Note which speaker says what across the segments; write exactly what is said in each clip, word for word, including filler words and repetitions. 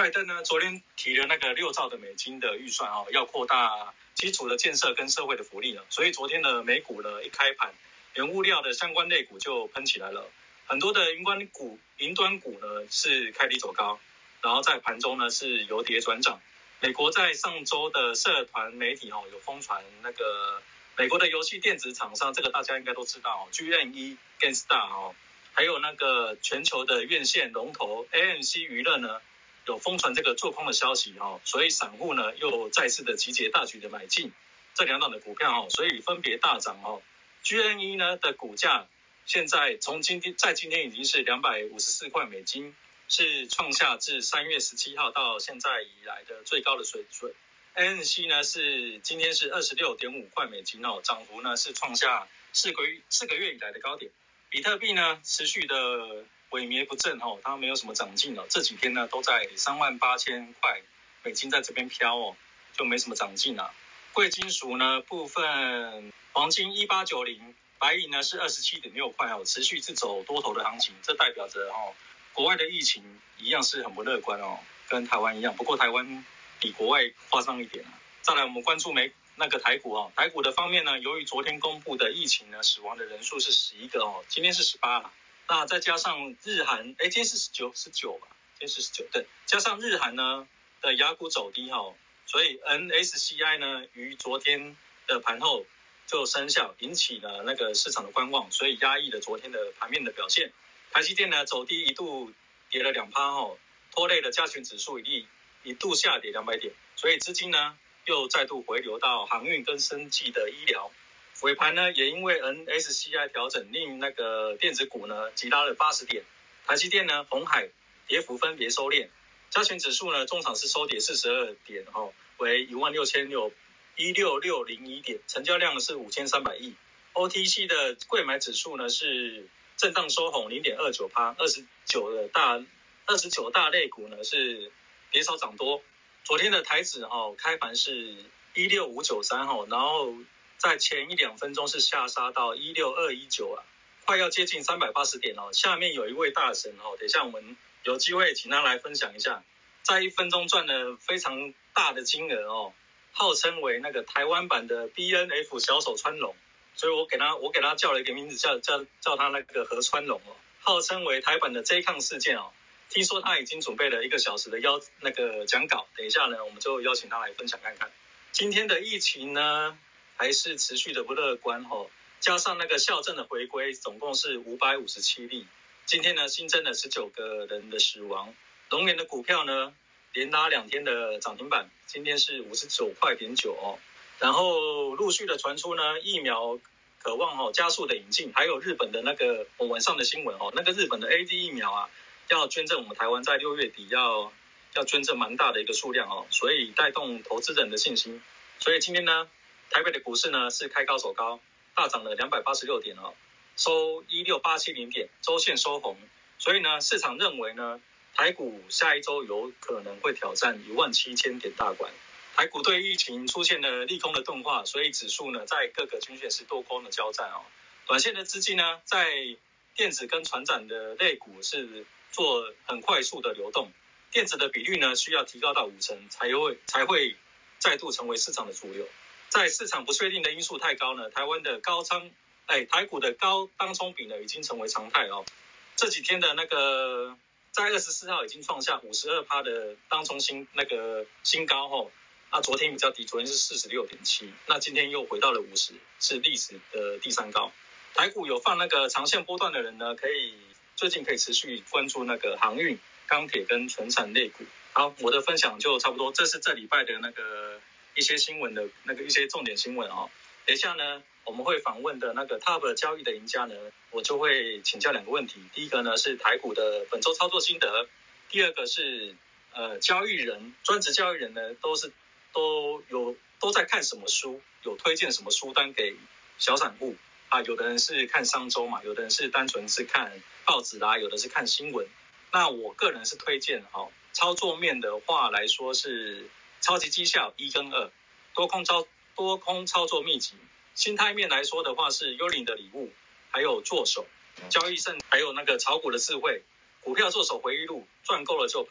Speaker 1: 拜登呢，昨天提了那个六兆的美金的预算哦，要扩大基础的建设跟社会的福利了。所以昨天的美股呢，一开盘，原物料的相关类股就喷起来了，很多的云端股、云端股呢是开低走高，然后在盘中呢是由跌转涨。美国在上周的社团媒体哦有疯传那个美国的游戏电子厂商，这个大家应该都知道哦 ，G N E GameStar 哦，还有那个全球的院线龙头 A M C 娱乐呢。有疯传这个做空的消息哈，所以散户呢又再次的集结大举的买进这两档的股票哈，所以分别大涨哦。G N E 呢的股价现在从今天在今天已经是两百五十四块美金，是创下自三月十七号到现在以来的最高的水准。A M C 呢是今天是二十六点五块美金哦，涨幅呢是创下四个月四个月以来的高点。比特币呢持续的萎靡不振哦，它没有什么长进哦。这几天呢都在三万八千块美金在这边飘哦，就没什么长进啊。贵金属呢部分，黄金一八九零，白银呢是二十七点六块哦，持续是走多头的行情，这代表着哦，国外的疫情一样是很不乐观哦，跟台湾一样，不过台湾比国外夸张一点啊。再来我们关注美那个台股哦，台股的方面呢，由于昨天公布的疫情呢，死亡的人数是十一个哦，今天是十八了。那再加上日韩，哎，今天是十九，十九吧，今天是十九，对，加上日韩呢的亚股走低哈、哦，所以 N S C I 呢于昨天的盘后就生效，引起了那个市场的观望，所以压抑了昨天的盘面的表现。台积电呢走低一度跌了两趴哦，拖累了加权指数一一度下跌两百点，所以资金呢又再度回流到航运跟生技的医疗。尾盘呢，也因为 N S C I 调整，令那个电子股呢急拉了八十点，台积电呢、鸿海跌幅分别收敛，加权指数呢中场是收跌四十二点哦，为一万六千六一六六零一点，成交量是五千三百亿。O T C 的柜买指数呢是震荡收红零点二九趴，二十九的大二十九大类股呢是跌少涨多。昨天的台指哈、哦、开盘是一六五九三哈，然后在前一两分钟是下杀到一六二一九啊，快要接近三百八十点哦。下面有一位大神哦，等一下我们有机会请他来分享一下，在一分钟赚了非常大的金额哦，号称为那个台湾版的 B N F 小手川龙，所以我给他我给他叫了一个名字叫叫叫他那个何川龙哦，号称为台版的 J 抗事件哦。听说他已经准备了一个小时的邀那个讲稿，等一下呢我们就邀请他来分享看看。今天的疫情呢还是持续的不乐观哦，加上那个校正的回归，总共是五百五十七例。今天呢新增了十九个人的死亡。龙岩的股票呢连拉两天的涨停板，今天是五十九块点九哦。然后陆续的传出呢疫苗渴望哦加速的引进，还有日本的那个、哦、晚上的新闻哦，那个日本的 A Z 疫苗啊要捐赠我们台湾，在六月底要要捐赠蛮大的一个数量哦，所以带动投资人的信心。所以今天呢台北的股市呢是开高走高，大涨了两百八十六点哦，收一六八七零点，周线收红。所以呢市场认为呢台股下一周有可能会挑战一万七千点大关。台股对疫情出现了利空的钝化，所以指数呢在各个均线是多空的交战哦。短线的资金呢在电子跟传产的类股是做很快速的流动，电子的比率呢需要提高到五成才会才会再度成为市场的主流。在市场不确定的因素太高呢，台湾的高仓哎台股的高当冲比呢已经成为常态哦。这几天的那个在二十四号已经创下 百分之五十二 的当冲新那个新高哦。那昨天比较低，昨天是 四十六点七， 那今天又回到了五十，是历史的第三高。台股有放那个长线波段的人呢，可以最近可以持续关注那个航运、钢铁跟传产类股。好，我的分享就差不多，这是这礼拜的那个一些新闻的那个一些重点新闻哦。等一下呢，我们会访问的那个 Top 交易的赢家呢，我就会请教两个问题。第一个呢是台股的本周操作心得，第二个是呃交易人专职交易人呢都是都有都在看什么书，有推荐什么书单给小散户啊？有的人是看商周嘛，有的人是单纯是看报纸啦，有的是看新闻。那我个人是推荐哦，操作面的话来说是超级绩效一跟二，多空操多空操作秘籍。心态面来说的话是幽灵的礼物，还有做手交易胜，还有那个炒股的智慧，股票做手回忆录，赚够了就跑。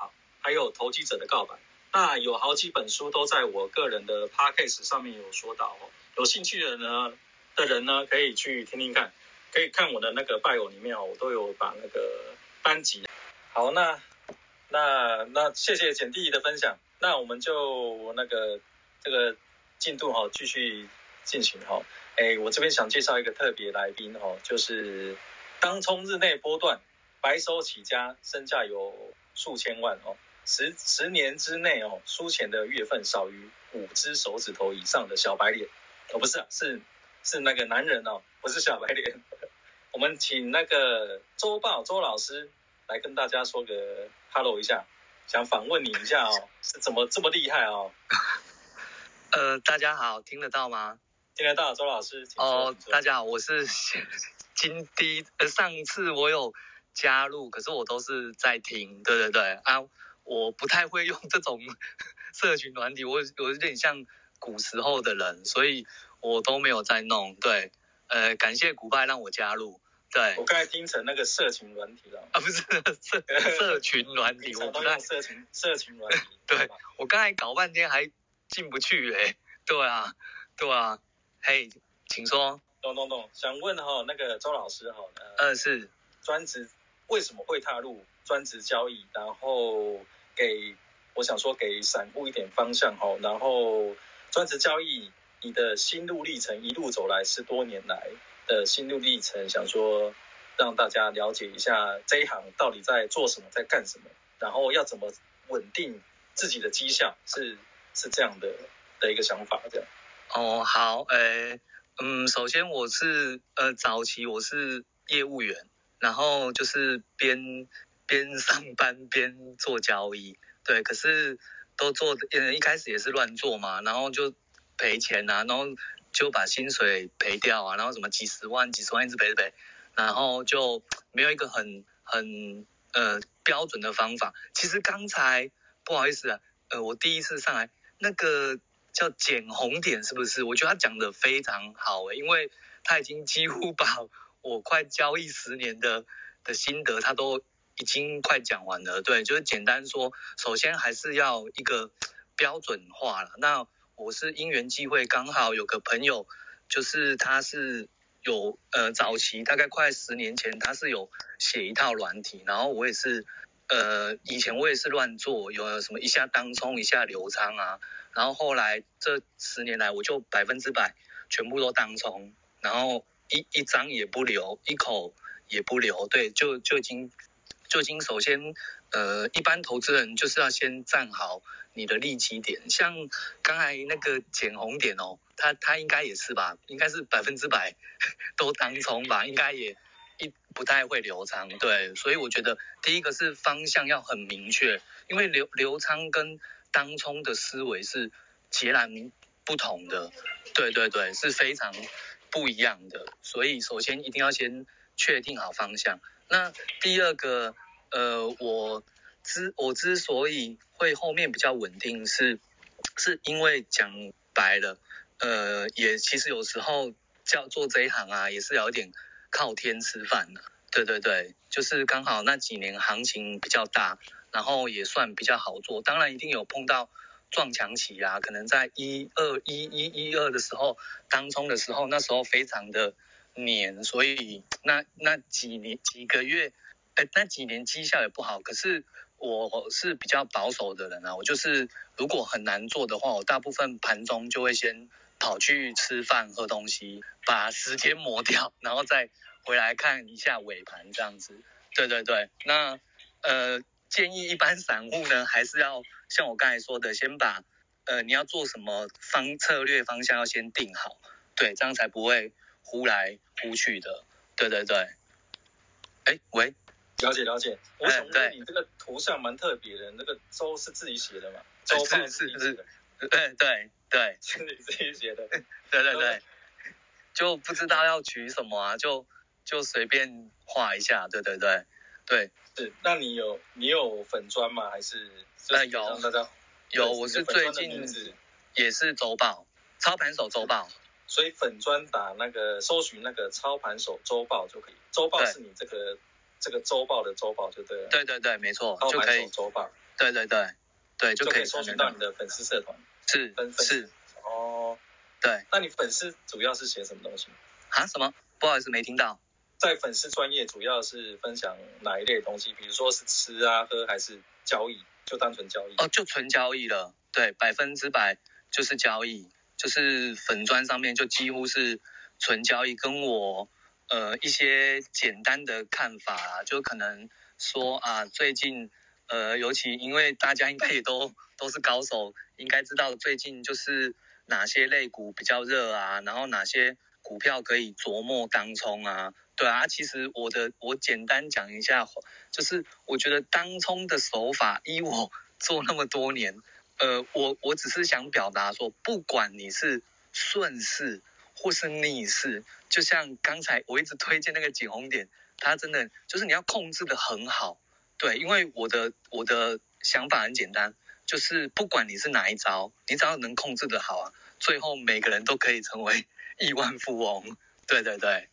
Speaker 1: 还有投机者的告白。那有好几本书都在我个人的 podcast 上面有说到哦，有兴趣的人呢的人呢可以去听听看，可以看我的那个 bio 里面哦，我都有把那个单集。好，那那那谢谢简弟的分享，那我们就那个这个进度哈继续进行哈。哎，我这边想介绍一个特别来宾哈，就是当冲日内波段，白手起家，身价有数千万哦。十十年之内哦，输钱的月份少于五只手指头以上的小白脸，哦不是啊，是是那个男人哦，不是小白脸。我们请那个周报周老师来跟大家说个 hello 一下，想访问你一下哦，是怎么这么厉害哦？
Speaker 2: 呃，大家好，听得到吗？
Speaker 1: 听得到，周老师。
Speaker 2: 哦，大家好，我是今第呃上次我有加入，可是我都是在听，对对对啊。我不太会用这种社群软体，我我有点像古时候的人，所以我都没有在弄。对，呃，感谢古拜让我加入。对，
Speaker 1: 我刚才听成那个社群软体了
Speaker 2: 啊，不是社社群软体，我不太
Speaker 1: 社群社群软体。
Speaker 2: 对，我刚才搞半天还进不去哎、欸。对啊，对啊，嘿，请说。
Speaker 1: 懂懂懂，想问哈、哦、那个周老师哈、哦，
Speaker 2: 呃是
Speaker 1: 专职为什么会踏入专职交易，然后给我想说给散户一点方向哈，然后专职交易你的心路历程，一路走来十多年来的心路历程，想说让大家了解一下这一行到底在做什么，在干什么，然后要怎么稳定自己的绩效，是是这样的的一个想法，这样。
Speaker 2: 哦，好，呃，嗯，首先我是呃早期我是业务员，然后就是边边上班边做交易，对，可是都做呃一开始也是乱做嘛，然后就赔钱啊，然后就把薪水赔掉啊，然后什么几十万几十万一直赔赔，然后就没有一个很很呃标准的方法。其实刚才不好意思啊，呃，我第一次上来那个。叫捡红点是不是？我觉得他讲的非常好诶，因为他已经几乎把我快交易十年的的心得，他都已经快讲完了。对，就是简单说，首先还是要一个标准化了。那我是因缘际会，刚好有个朋友，就是他是有呃早期大概快十年前，他是有写一套软体，然后我也是。呃，以前我也是乱做，有什么一下当冲一下流仓啊，然后后来这十年来我就百分之百全部都当冲，然后一一张也不留，一口也不留，对，就就已经就已经首先呃，一般投资人就是要先站好你的利基点，像刚才那个捡红点哦，他他应该也是吧，应该是百分之百都当冲吧，应该也。一不太会留仓，对，所以我觉得第一个是方向要很明确，因为留留仓跟当冲的思维是截然不同的，对对对，是非常不一样的，所以首先一定要先确定好方向。那第二个，呃，我之我之所以会后面比较稳定是，是因为讲白了，呃，也其实有时候叫做这一行啊，也是有点。靠天吃饭的，对对对，就是刚好那几年行情比较大，然后也算比较好做。当然一定有碰到撞墙期啊，可能在一二一一一二的时候，当冲的时候，那时候非常的黏，所以那那几年几个月，哎，那几年绩效也不好。可是我是比较保守的人啊，我就是如果很难做的话，我大部分盘中就会先跑去吃饭喝东西，把时间磨掉，然后再回来看一下尾盘这样子。对对对，那呃建议一般散户呢，还是要像我刚才说的，先把呃你要做什么方策略方向要先定好，对，这样才不会忽来忽去的。对对对。哎，喂，
Speaker 1: 了解了解。我想问你，这个图像蛮特别的，那个周是自己写的嘛？周报是自己写的。
Speaker 2: 对对对，
Speaker 1: 是你自己写的。
Speaker 2: 对对对。就不知道要取什么啊，就就随便画一下，对对对，对。
Speaker 1: 是，那你有你有粉专吗？还是？
Speaker 2: 呃有，
Speaker 1: 大家
Speaker 2: 有，我是最近也是周报，操盘手周报。
Speaker 1: 所以粉专打那个搜寻那个操盘手周报就可以，周报是你这个这个周报的周报就对了。
Speaker 2: 对对对，没错，
Speaker 1: 操盘手周报。
Speaker 2: 对对对对，就可以
Speaker 1: 就可以搜寻到你的粉丝社团。
Speaker 2: 是是
Speaker 1: 哦，
Speaker 2: 对。
Speaker 1: 那你粉丝主要是写什么东西？
Speaker 2: 啊？什么？不好意思，没听到。
Speaker 1: 在粉丝专页主要是分享哪一类东西？比如说是吃啊、喝还是交易？就单纯交易？
Speaker 2: 哦，就纯交易了。对，百分之百就是交易，就是粉专上面就几乎是纯交易，跟我呃一些简单的看法啊，就可能说啊，最近呃，尤其因为大家应该也都都是高手，应该知道最近就是哪些类股比较热啊，然后哪些股票可以琢磨当冲啊。对啊，其实我的我简单讲一下，就是我觉得当冲的手法，依我做那么多年，呃，我我只是想表达说，不管你是顺势或是逆势，就像刚才我一直推荐那个景洪点，它真的就是你要控制的很好。对，因为我的我的想法很简单，就是不管你是哪一招，你只要能控制的好啊，最后每个人都可以成为亿万富翁。对对对。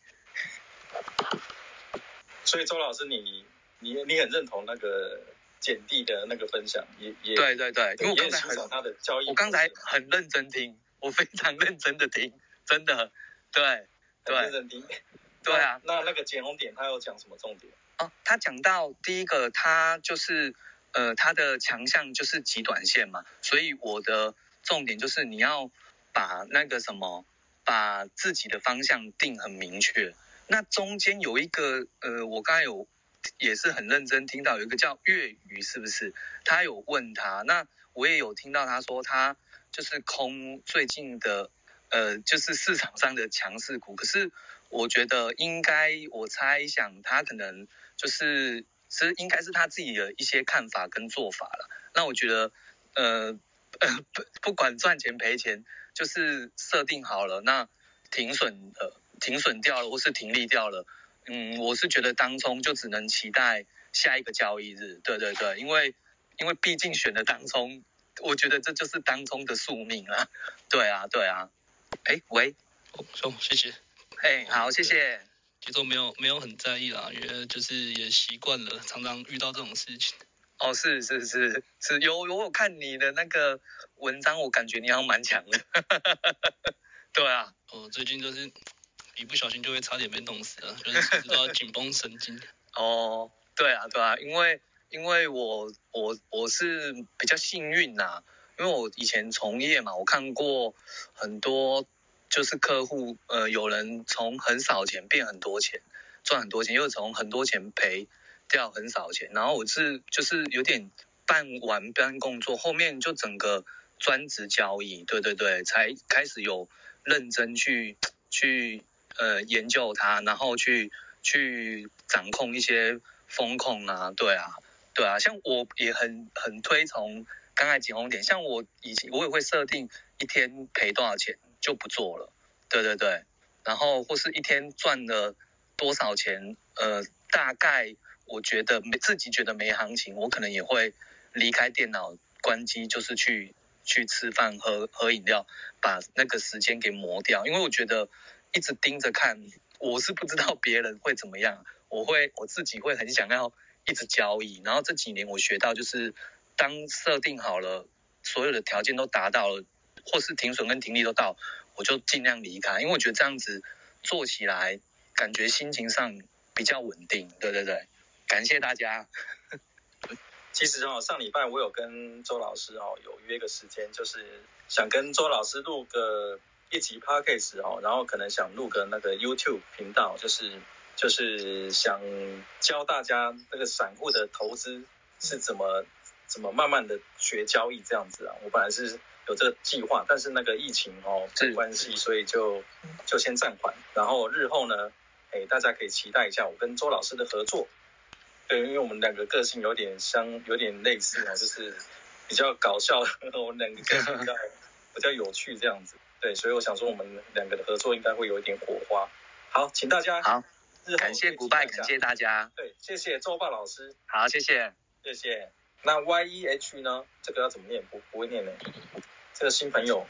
Speaker 1: 所以周老师你，你你你很认同那个简弟的那个分享，也也
Speaker 2: 对对对，因为我刚才
Speaker 1: 很欣赏他的交易，
Speaker 2: 我刚才很认真听，我非常认真的听，真的，对对，
Speaker 1: 很认真听，
Speaker 2: 对啊。
Speaker 1: 那那那个简红点他有讲什么重点？
Speaker 2: 哦，他讲到第一个，他就是呃他的强项就是极短线嘛，所以我的重点就是你要把那个什么，把自己的方向定很明确。那中间有一个呃，我刚才有也是很认真听到有一个叫粤语，是不是？他有问他，那我也有听到他说他就是空最近的呃，就是市场上的强势股，可是我觉得应该，我猜想他可能就是其实应该是他自己的一些看法跟做法了。那我觉得呃呃不不管赚钱赔钱，就是设定好了，那停损呃停损掉了或是停利掉了，嗯，我是觉得当冲就只能期待下一个交易日。对对对，因为因为毕竟选了当冲，我觉得这就是当冲的宿命啊。对啊对啊。哎喂，
Speaker 3: 哦，好，谢谢。
Speaker 2: 哎，好，谢谢。
Speaker 3: 其实我没有没有很在意啦，因为就是也习惯了，常常遇到这种事情。
Speaker 2: 哦，是是是是，有有我看你的那个文章，我感觉你好像蛮强的。对啊。
Speaker 3: 哦，最近就是一不小心就会差点被弄死了，就是随时都要紧绷神经。
Speaker 2: 哦，对啊对啊，因为因为我我我是比较幸运呐、啊，因为我以前从业嘛，我看过很多就是客户呃有人从很少钱变很多钱，赚很多钱，又从很多钱赔掉很少钱，然后我是就是有点半玩半工作，后面就整个专职交易，对对对，才开始有认真去去呃研究它，然后去去掌控一些风控啊，对啊对啊，像我也很很推崇刚才景洪点，像我以前我也会设定一天赔多少钱就不做了，对对对，然后或是一天赚了多少钱，呃，大概我觉得没自己觉得没行情，我可能也会离开电脑关机，就是去去吃饭喝喝饮料，把那个时间给磨掉，因为我觉得一直盯着看，我是不知道别人会怎么样，我会我自己会很想要一直交易，然后这几年我学到就是当设定好了所有的条件都达到了，或是停损跟停利都到，我就尽量离开，因为我觉得这样子做起来感觉心情上比较稳定。对对对，感谢大家。
Speaker 1: 其实哦，上礼拜我有跟周老师哦有约个时间，就是想跟周老师录个一集 podcast 哦，然后可能想录个那个 YouTube 频道，就是就是想教大家那个散户的投资是怎么怎么慢慢的学交易这样子啊。我本来是有这个计划，但是那个疫情哦的关系，所以就就先暂缓。然后日后呢，哎，大家可以期待一下我跟周老师的合作。对，因为我们两个个性有点相，有点类似哦，就是比较搞笑，我们两个个性比较比较有趣这样子。对，所以我想说我们两个的合作应该会有一点火花。好，请大家
Speaker 2: 好，感谢古拜，感谢大家。
Speaker 1: 对，谢谢周爸老师。
Speaker 2: 好，谢谢，
Speaker 1: 谢谢。那 Y E H 呢？这个要怎么念？不不会念呢。这个新朋友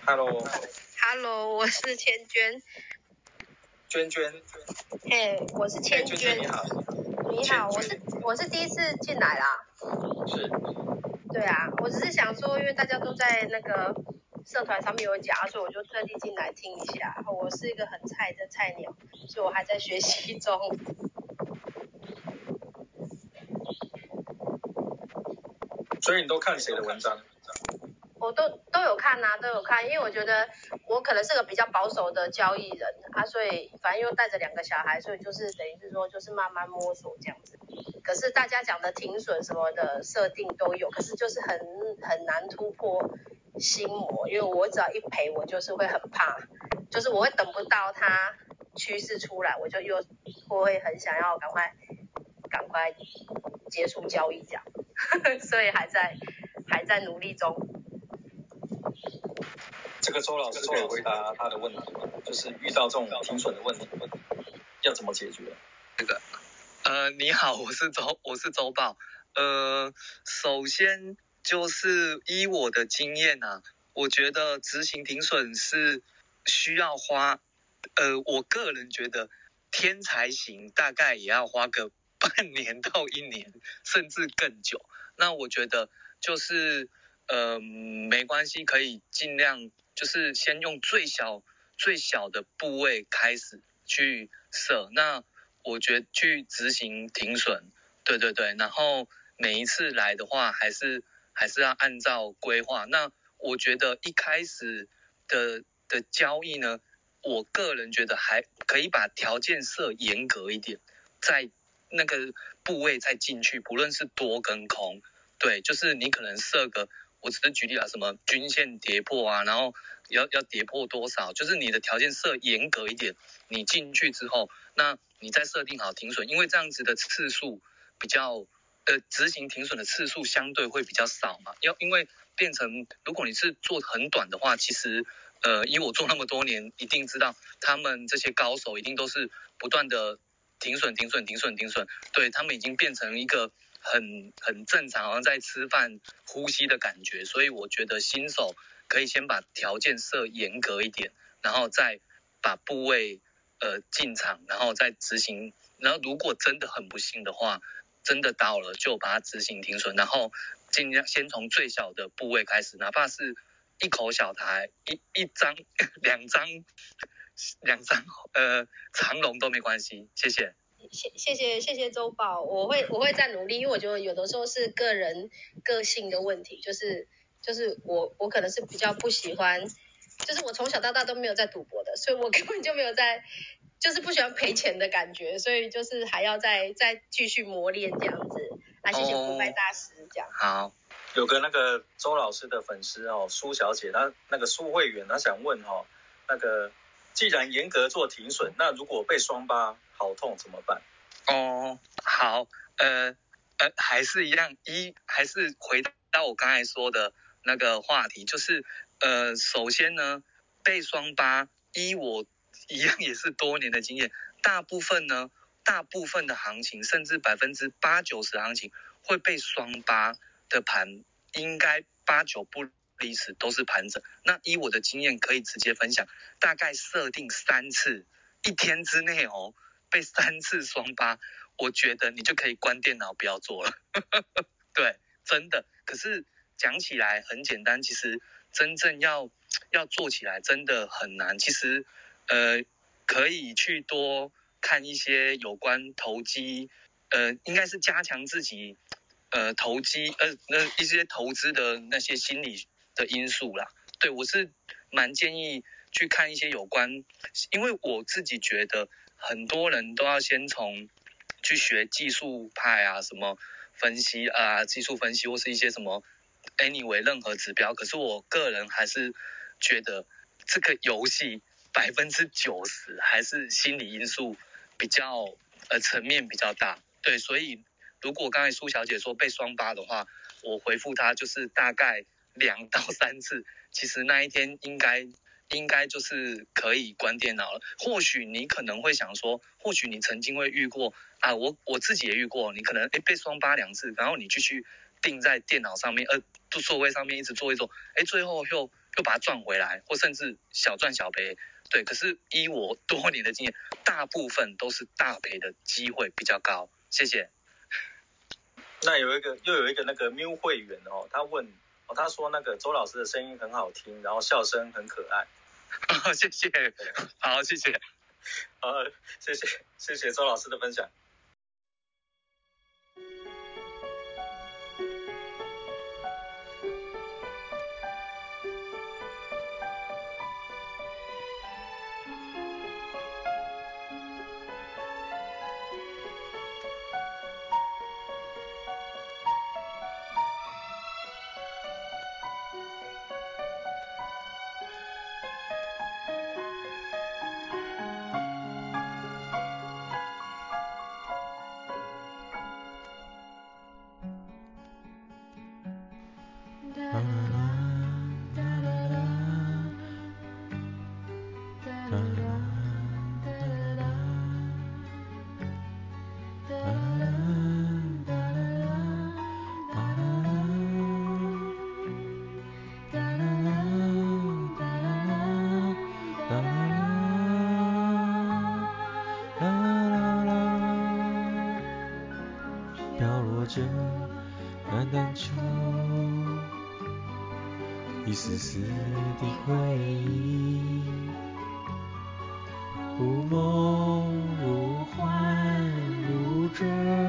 Speaker 4: ，Hello，Hello， 我是千娟。
Speaker 1: 娟娟。
Speaker 4: 嘿， hey, 我是千娟。
Speaker 1: hey, 娟娟你好。
Speaker 4: 你好，我是我是第一次进来啦。
Speaker 1: 是。
Speaker 4: 对啊，我只是想说，因为大家都在那个社团上面有讲，所以我就特地进来听一下。我是一个很菜的菜鸟，所以我还在学习中。
Speaker 1: 所以你都看谁的文章？
Speaker 4: 我都都有看啊，都有看，因为我觉得我可能是个比较保守的交易人啊，所以反正又带着两个小孩，所以就是等于是说就是慢慢摸索这样子。可是大家讲的停损什么的设定都有，可是就是很很难突破心魔，因为我只要一赔，我就是会很怕，就是我会等不到它趋势出来，我就又会很想要赶快赶快结束交易这样，所以还在还在努力中。
Speaker 1: 这个周老师可以回答他的问题吗？就是遇到这种停损的问题，要怎么解决？
Speaker 2: 这个，呃，你好，我是周，我是周报。呃，首先就是依我的经验啊，我觉得执行停损是需要花，呃，我个人觉得天才型大概也要花个半年到一年，甚至更久。那我觉得就是，呃，没关系，可以尽量就是先用最小最小的部位开始去设。那我觉得去执行停损，对对对，然后每一次来的话，还是还是要按照规划。那我觉得一开始的的交易呢，我个人觉得还可以把条件设严格一点，在那个部位再进去，不论是多跟空，对，就是你可能设个，我只是举例啊，什么均线跌破啊，然后要要跌破多少，就是你的条件设严格一点，你进去之后，那你再设定好停损，因为这样子的次数比较，呃，执行停损的次数相对会比较少嘛，要因为变成如果你是做很短的话，其实，呃，以我做那么多年，一定知道他们这些高手一定都是不断的停损、停损、停损、停损，对他们已经变成一个很很正常，好像在吃饭、呼吸的感觉，所以我觉得新手可以先把条件设严格一点，然后再把部位呃进场，然后再执行。然后如果真的很不幸的话，真的到了就把它执行停损，然后尽量先从最小的部位开始，哪怕是一口小台、一一张、两张、两张呃长龙都没关系。谢谢。
Speaker 4: 谢谢谢谢谢周宝，我会我会再努力，因为我觉得有的时候是个人个性的问题，就是就是我我可能是比较不喜欢，就是我从小到大都没有在赌博的，所以我根本就没有在，就是不喜欢赔钱的感觉，所以就是还要再再继续磨练这样子。啊，谢谢腐败大师这样。
Speaker 2: 好，
Speaker 1: 有个那个周老师的粉丝哦，苏小姐，她那个苏会员，她想问哦，那个既然严格做停损，那如果被双八好痛怎么办？
Speaker 2: 哦，好，呃呃，还是一样，一还是回到我刚才说的那个话题，就是呃，首先呢，被双八，依我一样也是多年的经验，大部分呢，大部分的行情，甚至百分之八九十行情会被双八的盘，应该八九不离十都是盘整。那依我的经验可以直接分享，大概设定三次，一天之内哦。被三次双八，我觉得你就可以关电脑不要做了。对，真的。可是讲起来很简单，其实真正要要做起来真的很难。其实呃，可以去多看一些有关投机，呃，应该是加强自己呃投机呃那一些投资的那些心理的因素啦。对，我是蛮建议去看一些有关，因为我自己觉得很多人都要先从去学技术派啊，什么分析啊，技术分析或是一些什么 anyway 任何指标，可是我个人还是觉得这个游戏百分之九十还是心理因素比较呃层面比较大。对，所以如果刚才苏小姐说被双八的话，我回复她就是大概两到三次，其实那一天应该应该就是可以关电脑了。或许你可能会想说，或许你曾经会遇过啊，我我自己也遇过，你可能诶被双八两次，然后你继续定在电脑上面，呃，座位上面一直做一做，诶，最后又又把它赚回来，或甚至小赚小赔。对，可是依我多年的经验，大部分都是大赔的机会比较高。谢谢。
Speaker 1: 那有一个又有一个那个喵会员哦，他问哦，他说那个周老师的声音很好听，然后笑声很可爱。
Speaker 2: 哦，谢谢，好，谢谢，
Speaker 1: 呃，谢谢谢谢周老师的分享。
Speaker 5: 飘落着淡淡秋，一丝丝的回忆，如梦如幻如真，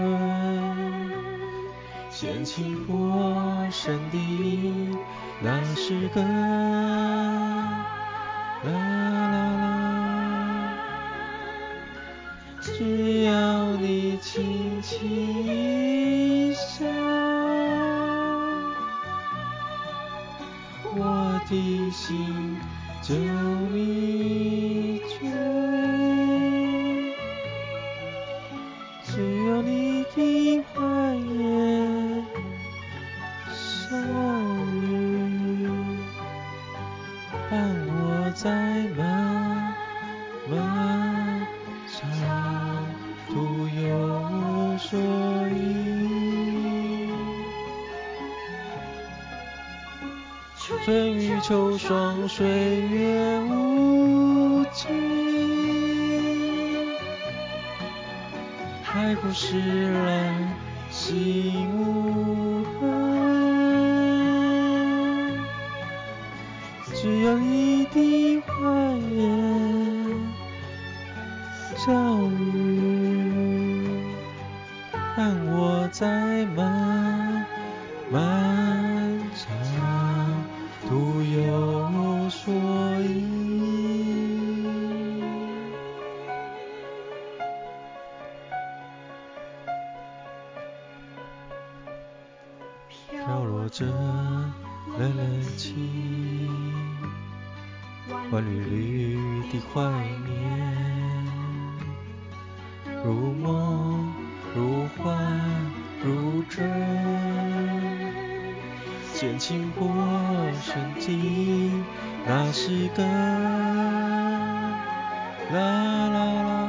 Speaker 5: 掀起波声的那是个啦啦啦，只要你轻轻一笑，我的心就迷醉，只有你的怀眼笑语，伴我在漫漫长途有所依。春与秋霜，岁月无尽，海枯石烂，心无痕，只有你的怀眼笑语，伴我在漫漫长途有所依。飘落着冷冷清，万缕缕的怀念，如梦如幻如真，掀起波声的那是个啦啦啦。